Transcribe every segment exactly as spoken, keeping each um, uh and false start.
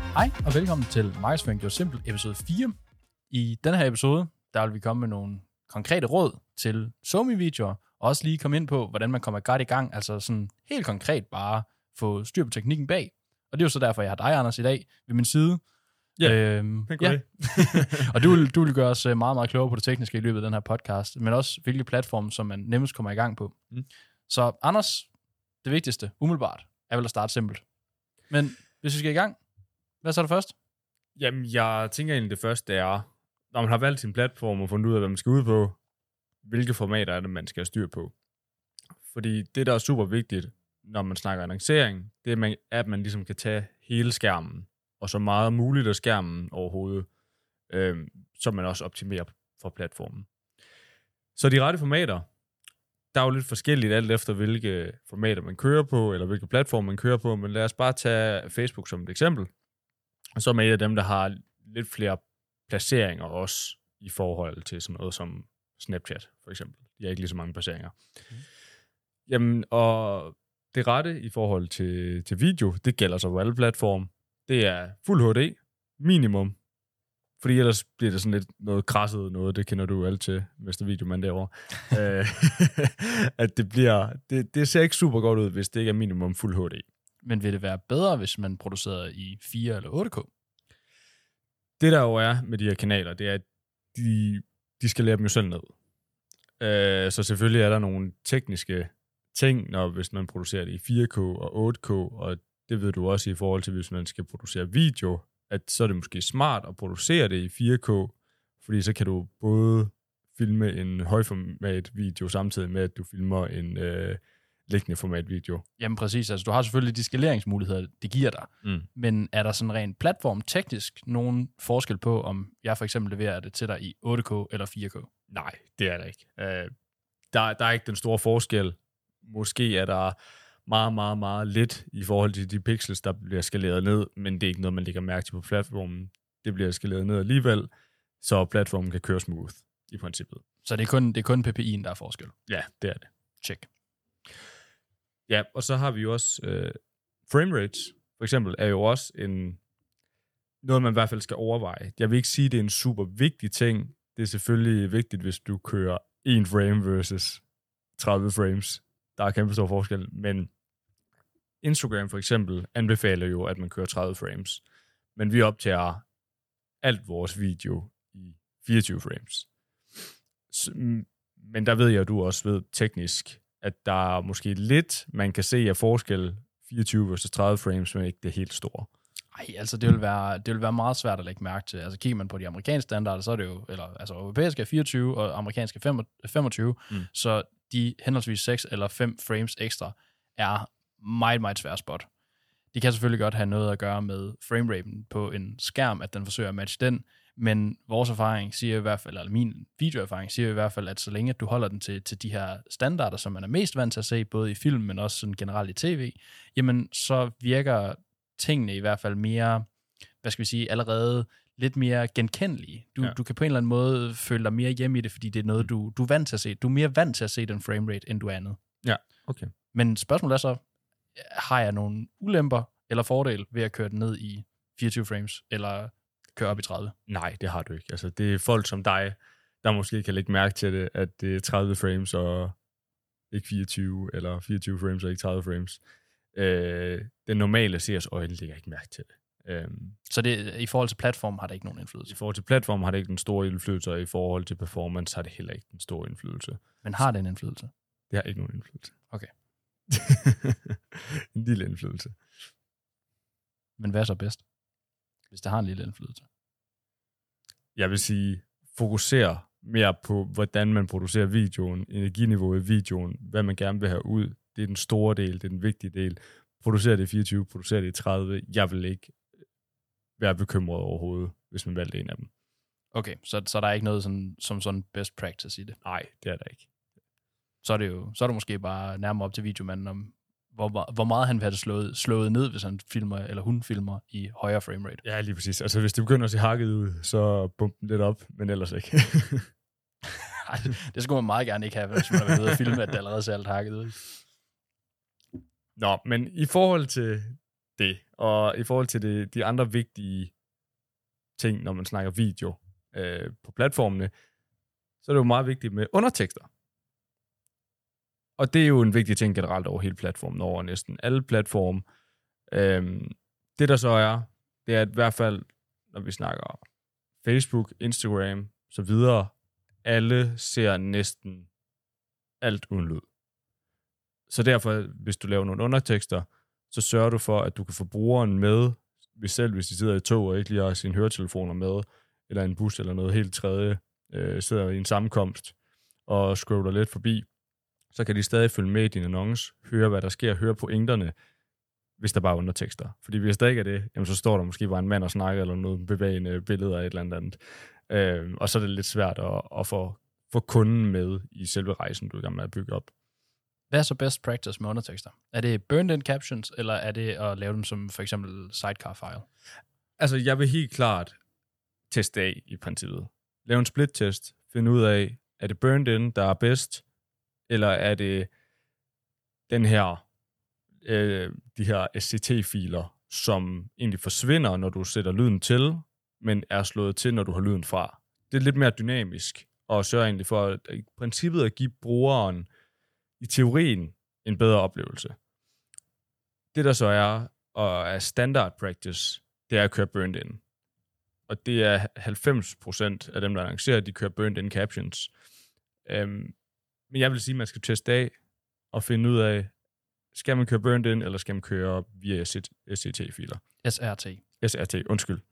Hej og velkommen til Markedsføring Gjort Simpelt, episode fire. I denne her episode, der vil vi komme med nogle konkrete råd til SoMe-videoer, og også lige komme ind på, hvordan man kommer godt i gang, altså sådan helt konkret bare få styr på teknikken bag. Og det er jo så derfor, jeg har dig, Anders, i dag ved min side. Ja, øhm, ja. Og du vil, du vil gøre os meget, meget klogere på det tekniske i løbet af den her podcast, men også hvilke platforme, som man nemmest kommer i gang på. Mm. Så Anders, det vigtigste, umiddelbart, er vel at starte simpelt. Men hvis vi skal i gang, hvad så er det først? Jamen, jeg tænker egentlig, det første er, når man har valgt sin platform og fundet ud af, hvad man skal ud på, hvilke formater er det, man skal have styr på. Fordi det, der er super vigtigt, når man snakker annoncering, det er, at man ligesom kan tage hele skærmen, og så meget muligt af skærmen overhovedet, øh, så man også optimerer for platformen. Så de rette formater, der er jo lidt forskelligt alt efter, hvilke formater man kører på, eller hvilke platform man kører på, men lad os bare tage Facebook som et eksempel. Og så er et af dem, der har lidt flere placeringer også i forhold til sådan noget som Snapchat, for eksempel. De har ikke lige så mange placeringer. Mm. Jamen, og det rette i forhold til, til video, det gælder så på alle platforme. Det er fuld H D, minimum. Fordi ellers bliver det sådan lidt noget krasset noget, det kender du jo alt til, mister Videomand derovre. At det bliver, det, det ser ikke super godt ud, hvis det ikke er minimum fuld H D. Men vil det være bedre, hvis man producerer i fire eller otte K? Det der jo er med de her kanaler, det er, at de, de skal lære dem jo selv ned. Uh, så selvfølgelig er der nogle tekniske ting, når hvis man producerer det i fire K og otte K, og det ved du også i forhold til, hvis man skal producere video, at så er det måske smart at producere det i fire K, fordi så kan du både filme en højformat video samtidig med, at du filmer en øh, liggende format video. Jamen præcis, altså du har selvfølgelig de skaleringsmuligheder, det giver dig, mm. men er der sådan rent platform-teknisk nogen forskel på, om jeg for eksempel leverer det til dig i otte K eller fire K? Nej, det er der ikke. Uh, der, der er ikke den store forskel. Måske er der meget, meget, meget lidt i forhold til de pixels, der bliver skaleret ned, men det er ikke noget, man lægger mærke til på platformen. Det bliver skaleret ned alligevel, så platformen kan køre smooth i princippet. Så det er kun, det er kun P P I'en, der er forskel? Ja, det er det. Check. Ja, og så har vi jo også øh, frame rates, for eksempel, er jo også en, noget, man i hvert fald skal overveje. Jeg vil ikke sige, at det er en super vigtig ting. Det er selvfølgelig vigtigt, hvis du kører en frame versus tredive frames. Der er kæmpe stor forskel, men Instagram for eksempel anbefaler jo, at man kører tredive frames. Men vi optager alt vores video i fireogtyve frames. Så, men der ved jeg, at du også ved teknisk, at der er måske lidt, man kan se af forskel fireogtyve versus tredive frames, men ikke det helt store. Ej, altså det vil være det vil være meget svært at lægge mærke til. Altså kigger man på de amerikanske standarder, så er det jo, eller altså europæiske er fireogtyve, og amerikanske femogtyve, mm. så de henholdsvis seks eller fem frames ekstra er meget, meget svært spot. Det kan selvfølgelig godt have noget at gøre med frameraten på en skærm, at den forsøger at matche den, men vores erfaring siger i hvert fald, eller min videoerfaring siger i hvert fald, at så længe du holder den til, til de her standarder, som man er mest vant til at se, både i film, men også sådan generelt i tv, jamen så virker tingene i hvert fald mere, hvad skal vi sige, allerede lidt mere genkendelige. Du, ja. du kan på en eller anden måde føle dig mere hjemme i det, fordi det er noget, du, du er vant til at se. Du er mere vant til at se den framerate, end du er andet. Ja, okay. Men spørgsmålet er så, har jeg nogle ulemper eller fordele ved at køre den ned i fireogtyve frames, eller køre op i tredive? Nej, det har du ikke. Altså, det er folk som dig, der måske kan lægge mærke til det, at det er tredive frames og ikke fireogtyve, eller fireogtyve frames og ikke tredive frames. Øh, den normale seers øjne lægger ikke mærke til det. Øhm, så det, i forhold til platform har det ikke nogen indflydelse? I forhold til platform har det ikke den store indflydelse, og i forhold til performance har det heller ikke den store indflydelse. Men har det en indflydelse? Det har ikke nogen indflydelse. Okay. En lille indflydelse. Men hvad er så bedst, hvis det har en lille indflydelse? Jeg vil sige, fokuser mere på, hvordan man producerer videoen, energiniveauet i videoen, hvad man gerne vil have ud. Det er den store del, det er den vigtige del. Producer det i fireogtyve, producer det i tredive. Jeg vil ikke være bekymret overhovedet, hvis man valgte en af dem. Okay, så, så der er ikke noget sådan, som sådan best practice i det? Nej, det er der ikke. Så er det jo så er det måske bare nærmere op til videomanden, om hvor, hvor meget han vil have det slået, slået ned, hvis han filmer, eller hun filmer i højere framerate. Ja, lige præcis. Altså, hvis det begynder at se hakket ud, så bump den lidt op, men ellers ikke. Ej, det skulle man meget gerne ikke have, hvis man har været ude at filme, at det allerede ser alt hakket ud. Nå, men i forhold til det. Og i forhold til det, de andre vigtige ting, når man snakker video øh, på platformene, så er det jo meget vigtigt med undertekster. Og det er jo en vigtig ting generelt over hele platformen, over næsten alle platforme. Øhm, det der så er, det er at i hvert fald, når vi snakker Facebook, Instagram, så videre, alle ser næsten alt uden lyd. Så derfor, hvis du laver nogle undertekster, så sørger du for, at du kan få brugeren med, hvis selv hvis de sidder i tog og ikke lige har sine høretelefoner med, eller en bus eller noget helt tredje, øh, sidder i en sammenkomst og scroller lidt forbi, så kan de stadig følge med i din annonce, høre hvad der sker, høre pointerne, hvis der bare er undertekster. Fordi hvis der ikke er det, jamen, så står der måske bare en mand og snakker, eller noget bevægende billeder af et eller andet. Øh, og så er det lidt svært at, at få, få kunden med i selve rejsen, du er i gang med at bygge op. Hvad er så best practice med undertekster? Er det burned-in captions, eller er det at lave dem som for eksempel sidecar-file? Altså, jeg vil helt klart teste af i princippet. Lave en split-test, finde ud af, er det burned-in, der er bedst, eller er det den her, øh, de her S C T-filer, som egentlig forsvinder, når du sætter lyden til, men er slået til, når du har lyden fra. Det er lidt mere dynamisk, og sørger egentlig for at, i princippet at give brugeren i teorien en bedre oplevelse. Det der så er, og er standard practice, det er at køre burned in. Og det er halvfems procent af dem, der annoncerer, de kører burned in captions. Øhm, men jeg vil sige, at man skal teste af og finde ud af, skal man køre burned in, eller skal man køre via S C T-filer? S R T. S R T, undskyld.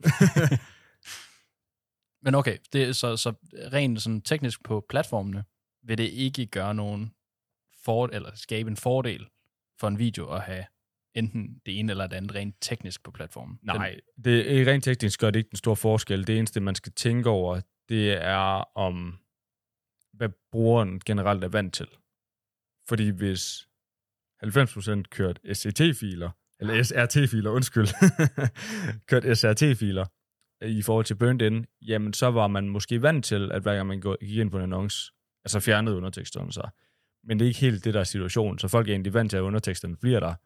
Men okay, det er så, så rent sådan teknisk på platformene, vil det ikke gøre nogen for, eller skabe en fordel for en video at have enten det ene eller det andet rent teknisk på platformen? Nej, det er rent teknisk gør det ikke den store forskel. Det eneste, man skal tænke over, det er om, hvad brugeren generelt er vant til. Fordi hvis halvfems procent kørt S C T-filer, eller S R T-filer, undskyld, kørt S R T-filer i forhold til burned in, jamen så var man måske vant til, at hver gang man gik ind på en annonce, altså fjernede underteksterne sig. Men det er ikke helt det, der er situationen. Så folk er egentlig vant til, at underteksterne bliver der.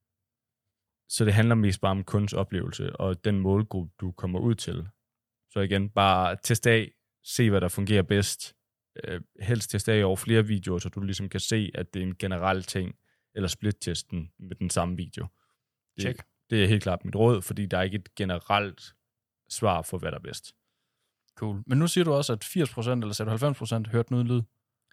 Så det handler mest bare om kundens oplevelse, og den målgruppe, du kommer ud til. Så igen, bare test af, se hvad der fungerer bedst. Øh, helst test af over flere videoer, så du ligesom kan se, at det er en generel ting, eller split-testen med den samme video. Det, Check. Det er helt klart mit råd, fordi der er ikke et generelt svar for, hvad der er bedst. Cool. Men nu siger du også, at firs procent eller sagde du halvfems procent hørte noget lyd?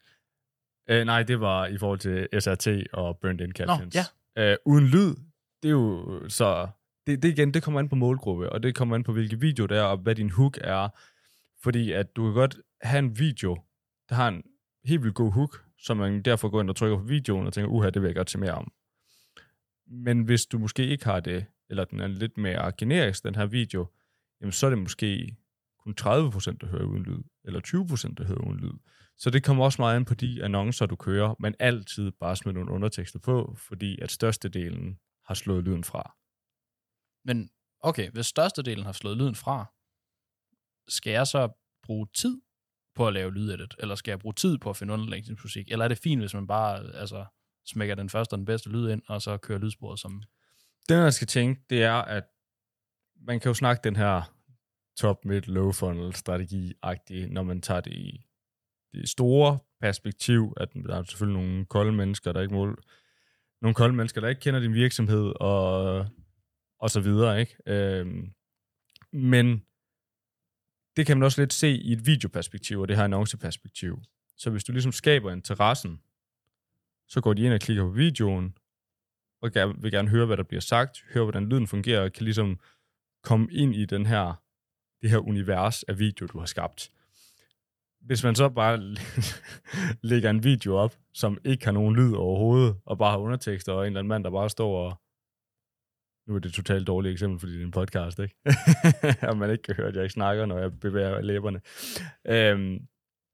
Øh, nej, det var i forhold til S R T og burned-in captions. Nå, ja. øh, uden lyd, det er jo så... Det, det igen, det kommer an på målgruppe, og det kommer an på, hvilke video det er, og hvad din hook er. Fordi at du kan godt have en video, der har en helt vildt god hook, så man derfor går ind og trykker på videoen og tænker, uha, det vil jeg godt se mere om. Men hvis du måske ikke har det, eller den er lidt mere generisk, den her video, jamen så er det måske kun tredive procent, der hører uden lyd, eller tyve procent, der hører uden lyd. Så det kommer også meget an på de annoncer, du kører, men altid bare smid nogle undertekster på, fordi at størstedelen har slået lyden fra. Men okay, hvis størstedelen har slået lyden fra, skal jeg så bruge tid på at lave lydedit, eller skal jeg bruge tid på at finde underlægningsmusik, eller er det fint, hvis man bare altså, smækker den første og den bedste lyd ind, og så kører lydsporet som... Det, man skal tænke, det er, at man kan jo snakke den her top, mid, low funnel strategi-agtige, når man tager det i det store perspektiv, at der er selvfølgelig nogle kolde mennesker, der ikke mål, nogle kolde mennesker, der ikke kender din virksomhed, og, og så videre, ikke? Øhm, men det kan man også lidt se i et videoperspektiv, og det her annonceperspektiv. Så hvis du ligesom skaber interessen, så går de ind og klikker på videoen, og vil gerne høre, hvad der bliver sagt, høre, hvordan lyden fungerer, og kan ligesom komme ind i den her, det her univers af video, du har skabt. Hvis man så bare lægger en video op, som ikke har nogen lyd overhovedet, og bare har undertekster, og en eller anden mand, der bare står og... Nu er det et totalt dårligt eksempel, fordi det er en podcast, ikke? Og man ikke kan høre, at jeg ikke snakker, når jeg bevæger læberne. Øhm,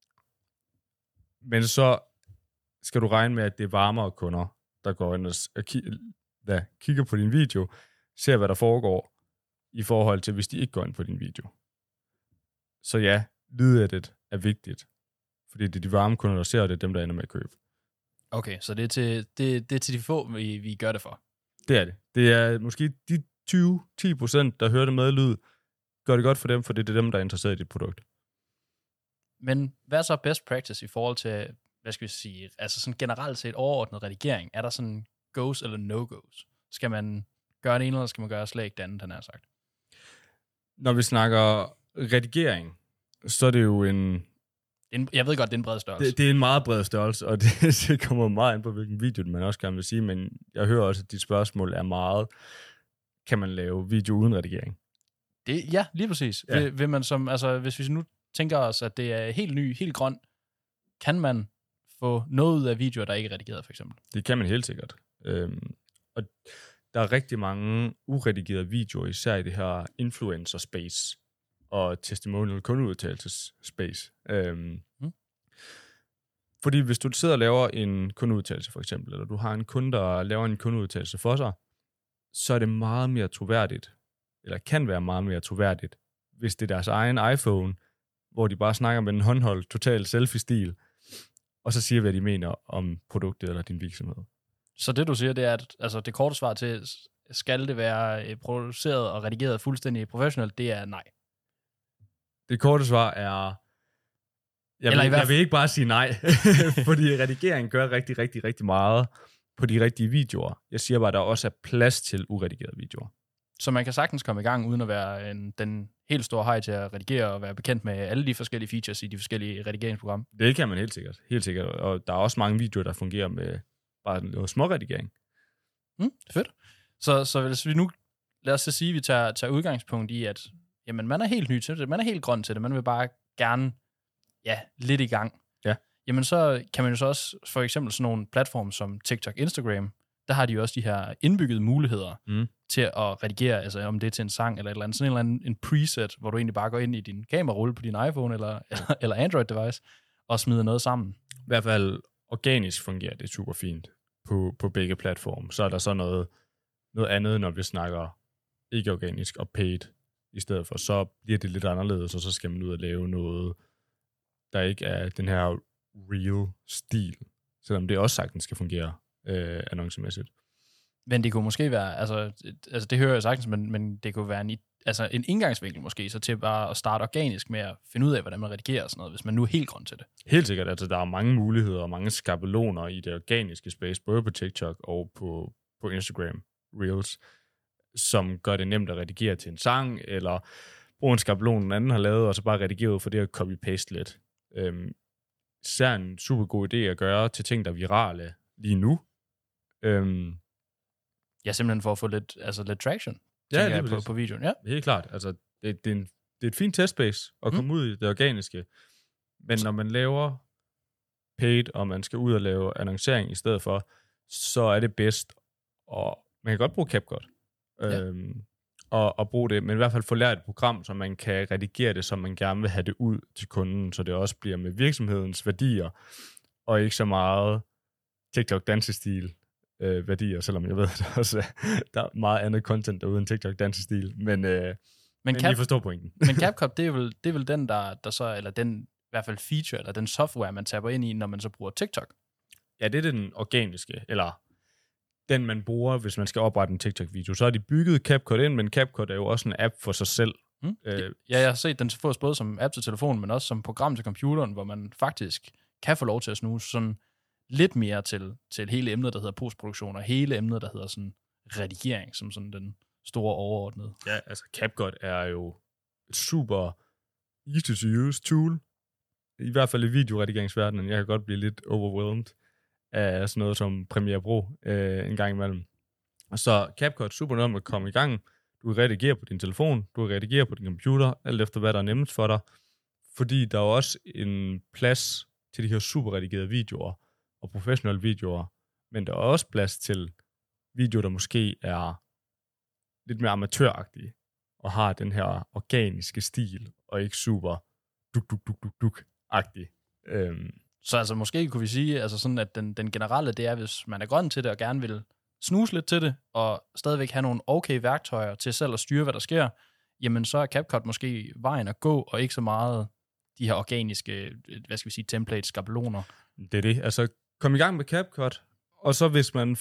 men så skal du regne med, at det er varmere kunder, der går ind og ki- ja, kigger på din video, ser, hvad der foregår, i forhold til, hvis de ikke går ind på din video. Så ja, lydedit er vigtigt, fordi det er de varme kunder, der ser, og det er dem, der ender med at købe. Okay, så det er til, det, det er til de få, vi, vi gør det for. Det er det. Det er måske de tyve til ti procent, der hører det med i lyd, gør det godt for dem, for det er dem, der er interesseret i dit produkt. Men hvad er så best practice i forhold til, hvad skal vi sige, altså sådan generelt set overordnet redigering? Er der sådan goes eller no-goes? Skal man gøre det ene, eller skal man gøre slet ikke det andet, han har sagt? Når vi snakker redigering, så er det jo en... Jeg ved godt, det er en bred størrelse. Det, det er en meget bred størrelse, og det, det kommer meget ind på, hvilken video man også gerne vil sige, men jeg hører også, at dit spørgsmål er meget, kan man lave video uden redigering? Det, ja, lige præcis. Ja. Vil, vil man som, altså, hvis vi nu tænker os, at det er helt ny, helt grøn, kan man få noget ud af videoer, der ikke er redigeret, for eksempel? Det kan man helt sikkert. Øhm, og der er rigtig mange uredigerede videoer, især i det her influencer space og testimonial kundeudtalelses space. Øhm, mm. Fordi hvis du sidder og laver en kundeudtalelse for eksempel, eller du har en kunde, der laver en kundeudtalelse for sig, så er det meget mere troværdigt, eller kan være meget mere troværdigt, hvis det er deres egen iPhone, hvor de bare snakker med en håndholdt, total selfie-stil, og så siger, hvad de mener om produktet eller din virksomhed. Så det, du siger, det er, at altså, det korte svar til, skal det være produceret og redigeret fuldstændig professionelt, det er nej. Det korte svar er... Jeg, vil, jeg vil ikke bare sige nej, fordi redigering gør rigtig, rigtig, rigtig meget på de rigtige videoer. Jeg siger bare, at der også er plads til uredigerede videoer. Så man kan sagtens komme i gang, uden at være en, den helt store hej til at redigere og være bekendt med alle de forskellige features i de forskellige redigeringsprogrammer? Det kan man helt sikkert. Helt sikkert. Og der er også mange videoer, der fungerer med bare noget småredigering. Mm, fedt. Så, så hvis vi nu, lad os så sige, at vi tager, tager udgangspunkt i, at jamen, man er helt ny til det, man er helt grøn til det, man vil bare gerne ja, lidt i gang. Ja. Jamen så kan man jo så også, for eksempel sådan nogle platforme som TikTok, Instagram, der har de jo også de her indbyggede muligheder mm. til at redigere, altså om det er til en sang eller et eller andet, sådan en eller anden en preset, hvor du egentlig bare går ind i din kamerarulle på din iPhone eller, eller, eller Android-device og smider noget sammen. I hvert fald organisk fungerer det super fint på, på begge platforme. Så er der så noget, noget andet, når vi snakker ikke organisk og paid i stedet for. Så bliver det lidt anderledes, og så skal man ud og lave noget, der ikke er den her real stil, selvom det også sagtens skal fungere øh, annoncemæssigt. Men det kunne måske være, altså, altså det hører jeg sagtens, men, men det kunne være en, altså en indgangsvinkel måske, så til bare at starte organisk med at finde ud af, hvordan man redigerer og sådan noget, hvis man nu er helt grøn til det. Helt sikkert, altså der er mange muligheder og mange skabeloner i det organiske space, både på TikTok og på, på Instagram Reels, som gør det nemt at redigere til en sang, eller bruge en skabelon, en anden har lavet, og så bare redigere ud for det at copy-paste lidt. Øhm, især en super god idé at gøre til ting, der er virale lige nu. Øhm, ja, simpelthen for at få lidt, altså lidt traction ja, jeg, på, på videoen. Ja, helt klart. Altså, det, det, er en, det er et fint testbase at komme mm. ud i det organiske. Men når man laver paid, og man skal ud og lave annoncering i stedet for, så er det bedst, og man kan godt bruge CapCut, ja. øhm, og, og bruge det, men i hvert fald få lært et program, så man kan redigere det, som man gerne vil have det ud til kunden, så det også bliver med virksomhedens værdier, og ikke så meget TikTok-dansestil øh, værdier, selvom jeg ved, at der også er, der er meget andet content derude end TikTok-dansestil, men, øh, men, men Cap- I forstår pointen. Men CapCut, det er vel, det er vel den, der, der så, eller den i hvert fald feature, eller den software, man tapper ind i, når man så bruger TikTok. Ja, det er den organiske, eller den, man bruger, hvis man skal oprette en TikTok-video. Så har de bygget CapCut ind, men CapCut er jo også en app for sig selv. Mm. Øh, ja, jeg har set den fås både som app til telefonen, men også som program til computeren, hvor man faktisk kan få lov til at snuse sådan lidt mere til, til hele emnet, der hedder postproduktion, og hele emnet, der hedder sådan redigering, som sådan den store overordnede. Ja, altså CapCut er jo et super easy to use tool, i hvert fald i videoredigeringsverdenen. Jeg kan godt blive lidt overwhelmed af sådan noget som Premiere Pro øh, en gang imellem. Så CapCut er super nemt at komme i gang. Du kan redigere på din telefon, du kan redigere på din computer, alt efter hvad der er nemmest for dig. Fordi der er jo også en plads til de her super redigerede videoer og professionelle videoer, men der er også plads til videoer, der måske er lidt mere amatøragtige og har den her organiske stil og ikke super duk duk duk duk duk agtig. Øhm. Så altså måske kunne vi sige, altså sådan, at den, den generelle, det er, hvis man er grøn til det og gerne vil snuse lidt til det, og stadigvæk have nogle okay værktøjer til selv at styre, hvad der sker, jamen så er CapCut måske vejen at gå, og ikke så meget de her organiske, hvad skal vi sige, templates, skabeloner. Det er det. Altså, kom i gang med CapCut, og så hvis man får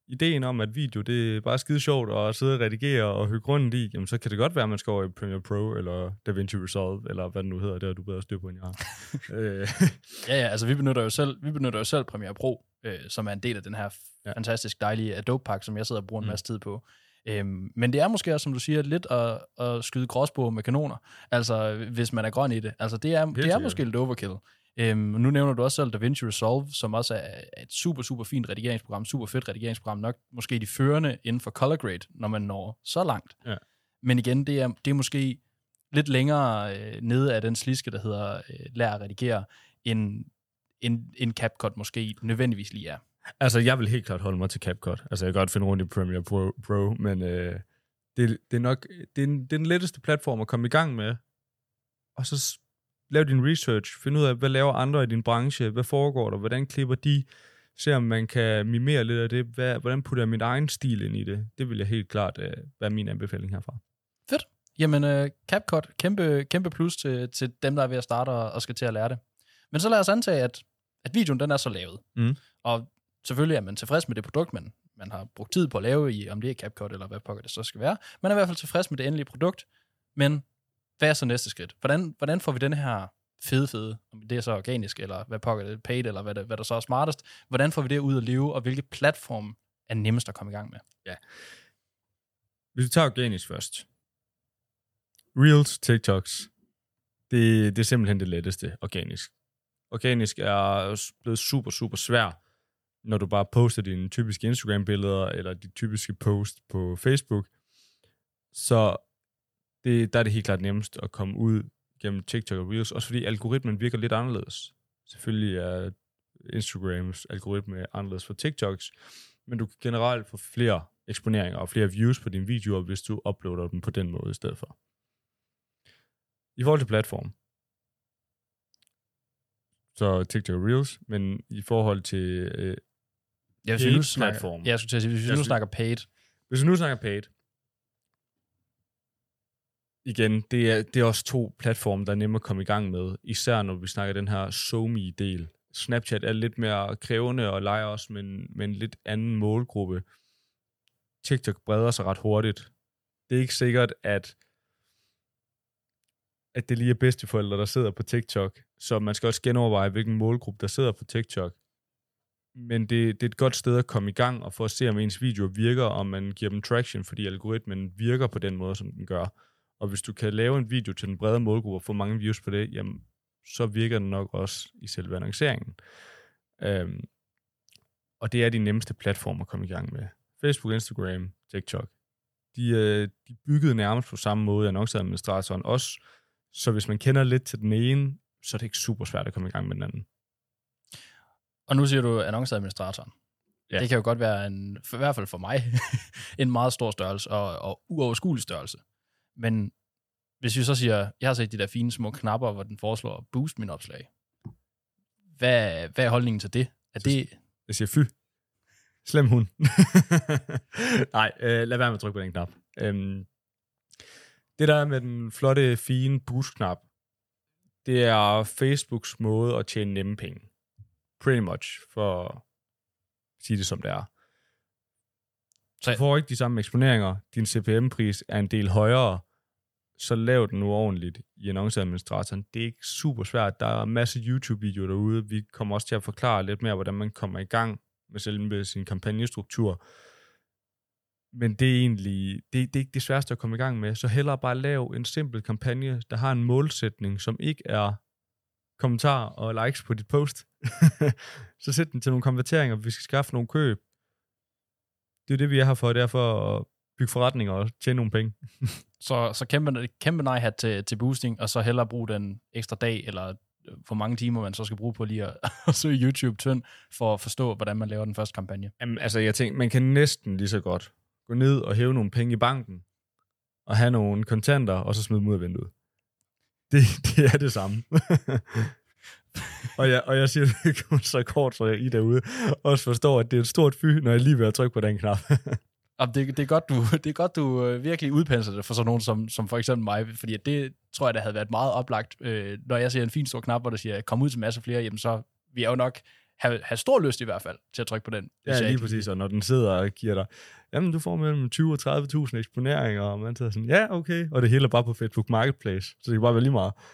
ideen om, at video, det er bare skide sjovt at sidde og redigere og hygge rundt i, jamen så kan det godt være, at man skal over i Premiere Pro, eller DaVinci Resolve, eller hvad det nu hedder, der er du bedre styr på, end jeg har. ja, ja, altså vi benytter jo selv, vi benytter jo selv Premiere Pro, øh, som er en del af den her ja. fantastisk dejlige Adobe-pakke, som jeg sidder og bruger en masse mm. tid på. Øhm, men det er måske også, som du siger, lidt at, at skyde gråsbog med kanoner, altså hvis man er grøn i det. Altså det er, det er måske lidt overkill. Øhm, nu nævner du også selv DaVinci Resolve, som også er et super, super fint redigeringsprogram, super fedt redigeringsprogram, nok måske de førende inden for color grade, når man når så langt. Ja. Men igen, det er, det er måske lidt længere øh, nede af den sliske, der hedder øh, lær at redigere, end, end, end CapCut måske nødvendigvis lige er. Altså, jeg vil helt klart holde mig til CapCut. Altså, jeg kan godt finde rundt i Premiere Pro, Pro men øh, det, det er nok det er, den, det er den letteste platform at komme i gang med, og så lav din research, find ud af, hvad laver andre i din branche, hvad foregår der, hvordan klipper de, se om man kan mimere lidt af det, hvad, hvordan putter jeg min egen stil ind i det. Det vil jeg helt klart uh, være min anbefaling herfra. Fedt. Jamen, uh, CapCut, kæmpe, kæmpe plus til, til dem, der er ved at starte og, og skal til at lære det. Men så lad os antage, at, at videoen den er så lavet. Mm. Og selvfølgelig er man tilfreds med det produkt, man, man har brugt tid på at lave i, om det er CapCut eller hvad pokker det så skal være. Man er i hvert fald tilfreds med det endelige produkt, men hvad er så næste skridt? Hvordan, hvordan får vi den her fede, fede, om det er så organisk, eller hvad pokker det, paid, eller hvad, det, hvad der så er smartest, hvordan får vi det ud at leve, og hvilke platform er nemmest at komme i gang med? Ja. Hvis vi tager organisk først. Reels, TikToks, det, det er simpelthen det letteste organisk. Organisk er blevet super, super svært, når du bare poster dine typiske Instagram-billeder, eller de typiske post på Facebook. Så det, der er det helt klart nemmest at komme ud gennem TikTok og Reels, også fordi algoritmen virker lidt anderledes. Selvfølgelig er Instagrams algoritme anderledes for TikToks, men du kan generelt få flere eksponeringer og flere views på dine videoer, hvis du uploader dem på den måde i stedet for. I forhold til platform, så TikTok og Reels, men i forhold til øh, ja, hvis vi nu snakker, platform. Ja, jeg skulle til at sige, hvis vi nu snakker paid. Hvis vi nu snakker paid, igen, det er, det er også to platforme, der er nemme at komme i gang med, især når vi snakker den her SoMe-del. Snapchat er lidt mere krævende og leger også med en, med en lidt anden målgruppe. TikTok breder sig ret hurtigt. Det er ikke sikkert, at, at det lige er bedsteforældre, der sidder på TikTok, så man skal også genoverveje, hvilken målgruppe, der sidder på TikTok. Men det, det er et godt sted at komme i gang og få at se, om ens videoer virker, og man giver dem traction, fordi algoritmen virker på den måde, som den gør. Og hvis du kan lave en video til den brede målgruppe og få mange views på det, jamen, så virker den nok også i selve annonceringen. Øhm, og det er de nemmeste platformer at komme i gang med. Facebook, Instagram, TikTok. De, øh, de byggede nærmest på samme måde annonceadministratoren også, så hvis man kender lidt til den ene, så er det ikke super svært at komme i gang med den anden. Og nu siger du annonceadministratoren. Ja. Det kan jo godt være, en, for, i hvert fald for mig, en meget stor størrelse og, og uoverskuelig størrelse. Men hvis vi så siger, jeg har set de der fine små knapper, hvor den foreslår at booste min opslag. Hvad, hvad er holdningen til det? Er det... Jeg siger fy. Slem hund. Nej, øh, lad være med at trykke på den knap. Øhm, det der med den flotte, fine boost-knap, det er Facebooks måde at tjene nemme penge. Pretty much, for at sige det som det er. Så du får ikke de samme eksponeringer. Din C P M-pris er en del højere, så lav den nu ordentligt i annonceadministratoren. Det er ikke super svært. Der er en masse YouTube-videoer derude. Vi kommer også til at forklare lidt mere, hvordan man kommer i gang med selve sin kampagnestruktur. Men det er egentlig det, det er ikke det sværeste at komme i gang med. Så hellere bare lave en simpel kampagne, der har en målsætning, som ikke er kommentarer og likes på dit post. Så sæt den til nogle konverteringer, vi skal skaffe nogle køb. Det er det, vi er her for, det er for at bygge forretninger og tjene nogle penge. så så kæmpe, kæmpe nej hat til, til boosting, og så hellere bruge den ekstra dag, eller hvor mange timer man så skal bruge på lige at, at søge YouTube tynd, for at forstå, hvordan man laver den første kampagne. Jamen, altså, jeg tænker, man kan næsten lige så godt gå ned og hæve nogle penge i banken, og have nogle kontanter, og så smide dem ud af vinduet. Det, det er det samme. og, jeg, og jeg siger det kun så kort, så I derude også forstår, at det er et stort fy, når jeg lige vil trykke på den knap. det, det, er godt, du, det er godt, du virkelig udpenser det for sådan nogen som, som for eksempel mig, fordi det tror jeg, der havde været meget oplagt. Øh, når jeg ser en fin stor knap, hvor der siger, kom ud til masse flere, jamen så vi er jo nok have, have stor lyst i hvert fald til at trykke på den. Ja, lige præcis, og når den sidder og giver dig, jamen du får mellem tyve og tredive tusind eksponeringer, og man tager sådan, ja, okay, og det hele er bare på Facebook Marketplace, så det kan bare være lige meget.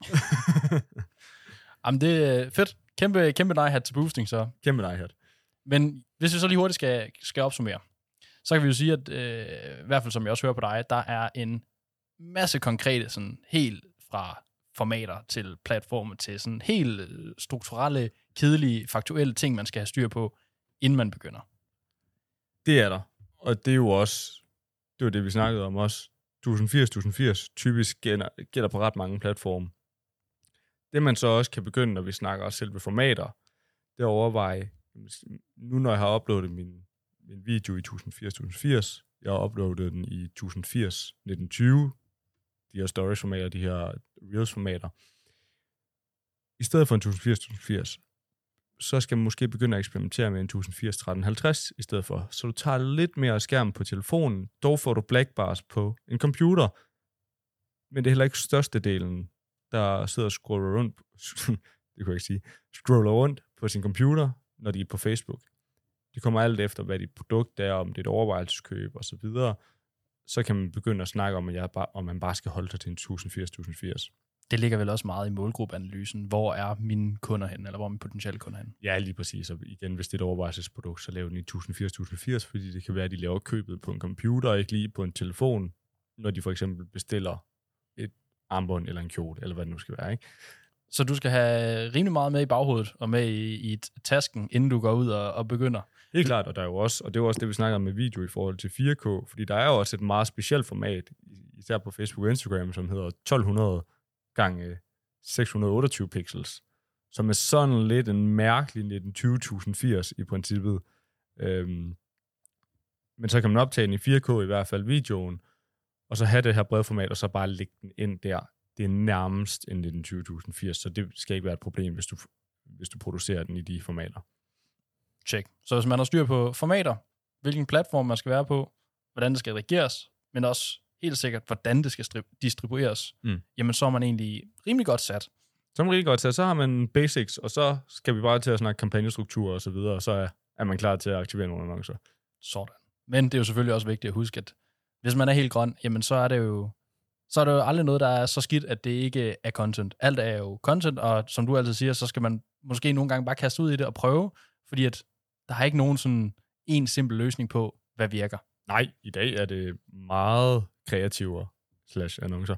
Jamen det er fedt. Kæmpe, kæmpe nej-hat til boosting, så. Kæmpe nej-hat. Men hvis vi så lige hurtigt skal, skal opsummere, så kan vi jo sige, at øh, i hvert fald som jeg også hører på dig, der er en masse konkrete, sådan helt fra formater til platforme, til sådan helt strukturelle, kedelige, faktuelle ting, man skal have styr på, inden man begynder. Det er der. Og det er jo også, det var det, vi snakkede om også, tusind firs, tusind firs typisk gælder, gælder på ret mange platforme. Det man så også kan begynde, når vi snakker også selve formater, det er at overveje, nu når jeg har uploadet min, min video i tusind firs, tusind firs, jeg har uploadet den i tusind firs, nitten tyve, de her stories-formater, de her reels-formater. I stedet for en tusind firs, tusind firs, så skal man måske begynde at eksperimentere med en tusind firs, tretten halvtreds i stedet for. Så du tager lidt mere skærm på telefonen, dog får du black bars på en computer, men det er heller ikke størstedelen, der sidder og scroller rundt, det kunne jeg ikke sige, scroller rundt på sin computer, når de er på Facebook. Det kommer alt efter, hvad dit produkt er, om det er et overvejelseskøb og så videre. Så kan man begynde at snakke om, at jeg bare, om man bare skal holde sig til en tusind firs, tusind firs. Det ligger vel også meget i målgruppeanalysen. Hvor er mine kunder hen, eller hvor er mine potentielle kunder hen? Ja, lige præcis. Og igen, hvis det er et overvejelsesprodukt, så laver den i tusind firs, tusind firs, fordi det kan være, at de laver købet på en computer, og ikke lige på en telefon, når de for eksempel bestiller et armbånd eller en kjole, eller hvad det nu skal være, ikke? Så du skal have rimelig meget med i baghovedet, og med i, i tasken, inden du går ud og, og begynder? Helt klart, og der er jo også, og det er jo også det, vi snakker om med video i forhold til fire K, fordi der er jo også et meget specielt format, især på Facebook og Instagram, som hedder tolv hundrede gange seks hundrede otteogtyve pixels, som er sådan lidt en mærkelig nitten tyve tusind firs i princippet. Øhm, men så kan man optage den i fire K i hvert fald videoen, og så have det her bredformat, og så bare lægge den ind der. Det er nærmest en nitten tyve tusind firs, så det skal ikke være et problem, hvis du, hvis du producerer den i de formater. Check. Så hvis man har styr på formater, hvilken platform man skal være på, hvordan det skal reageres, men også helt sikkert, hvordan det skal distribueres, mm. jamen så er man egentlig rimelig godt sat. Så er man rigtig godt sat. Så har man basics, og så skal vi bare til at snakke kampagnestruktur og så videre, og så er, er man klar til at aktivere nogle annoncer. Sådan. Men det er jo selvfølgelig også vigtigt at huske, at hvis man er helt grøn, jamen så er det jo så er det jo aldrig noget, der er så skidt, at det ikke er content. Alt er jo content, og som du altid siger, så skal man måske nogle gange bare kaste ud i det og prøve, fordi at der har ikke nogen sådan en simpel løsning på, hvad virker. Nej, i dag er det meget kreativer slash annoncer,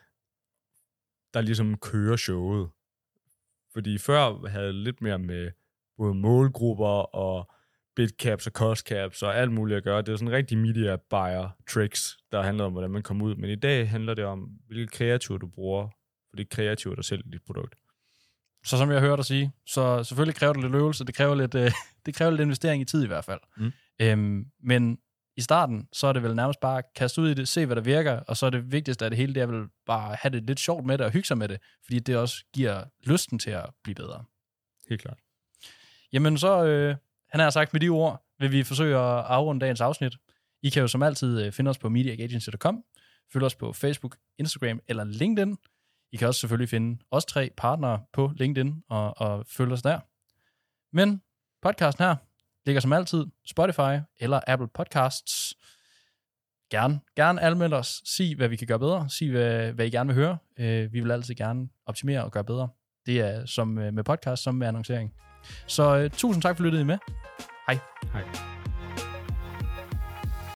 der ligesom kører showet. Fordi før havde det lidt mere med både målgrupper og bidcaps og costcaps og alt muligt at gøre. Det er sådan rigtig media buyer tricks, der handler om, hvordan man kommer ud. Men i dag handler det om, hvilke kreativer du bruger, for det er kreativer, der sælger dit produkt. Så som jeg har hørt dig sige, så selvfølgelig kræver det lidt øvelse, det kræver lidt, øh, det kræver lidt investering i tid i hvert fald. Mm. Øhm, men i starten, så er det vel nærmest bare at kaste ud i det, se hvad der virker, og så er det vigtigste af det hele, det er vel bare have det lidt sjovt med det og hygge sig med det, fordi det også giver lysten til at blive bedre. Helt klart. Jamen så, øh, han har sagt med de ord, vil vi forsøge at afrunde dagens afsnit. I kan jo som altid finde os på media agency punktum com, følg os på Facebook, Instagram eller LinkedIn. I kan også selvfølgelig finde os tre partnere på LinkedIn og, og følge os der. Men podcasten her ligger som altid Spotify eller Apple Podcasts. Gerne, gerne anmeld os. Sig, hvad vi kan gøre bedre. Sig, hvad, hvad I gerne vil høre. Vi vil altid gerne optimere og gøre bedre. Det er som med podcast, som med annoncering. Så uh, tusind tak for at lytte med. Hej. Hej.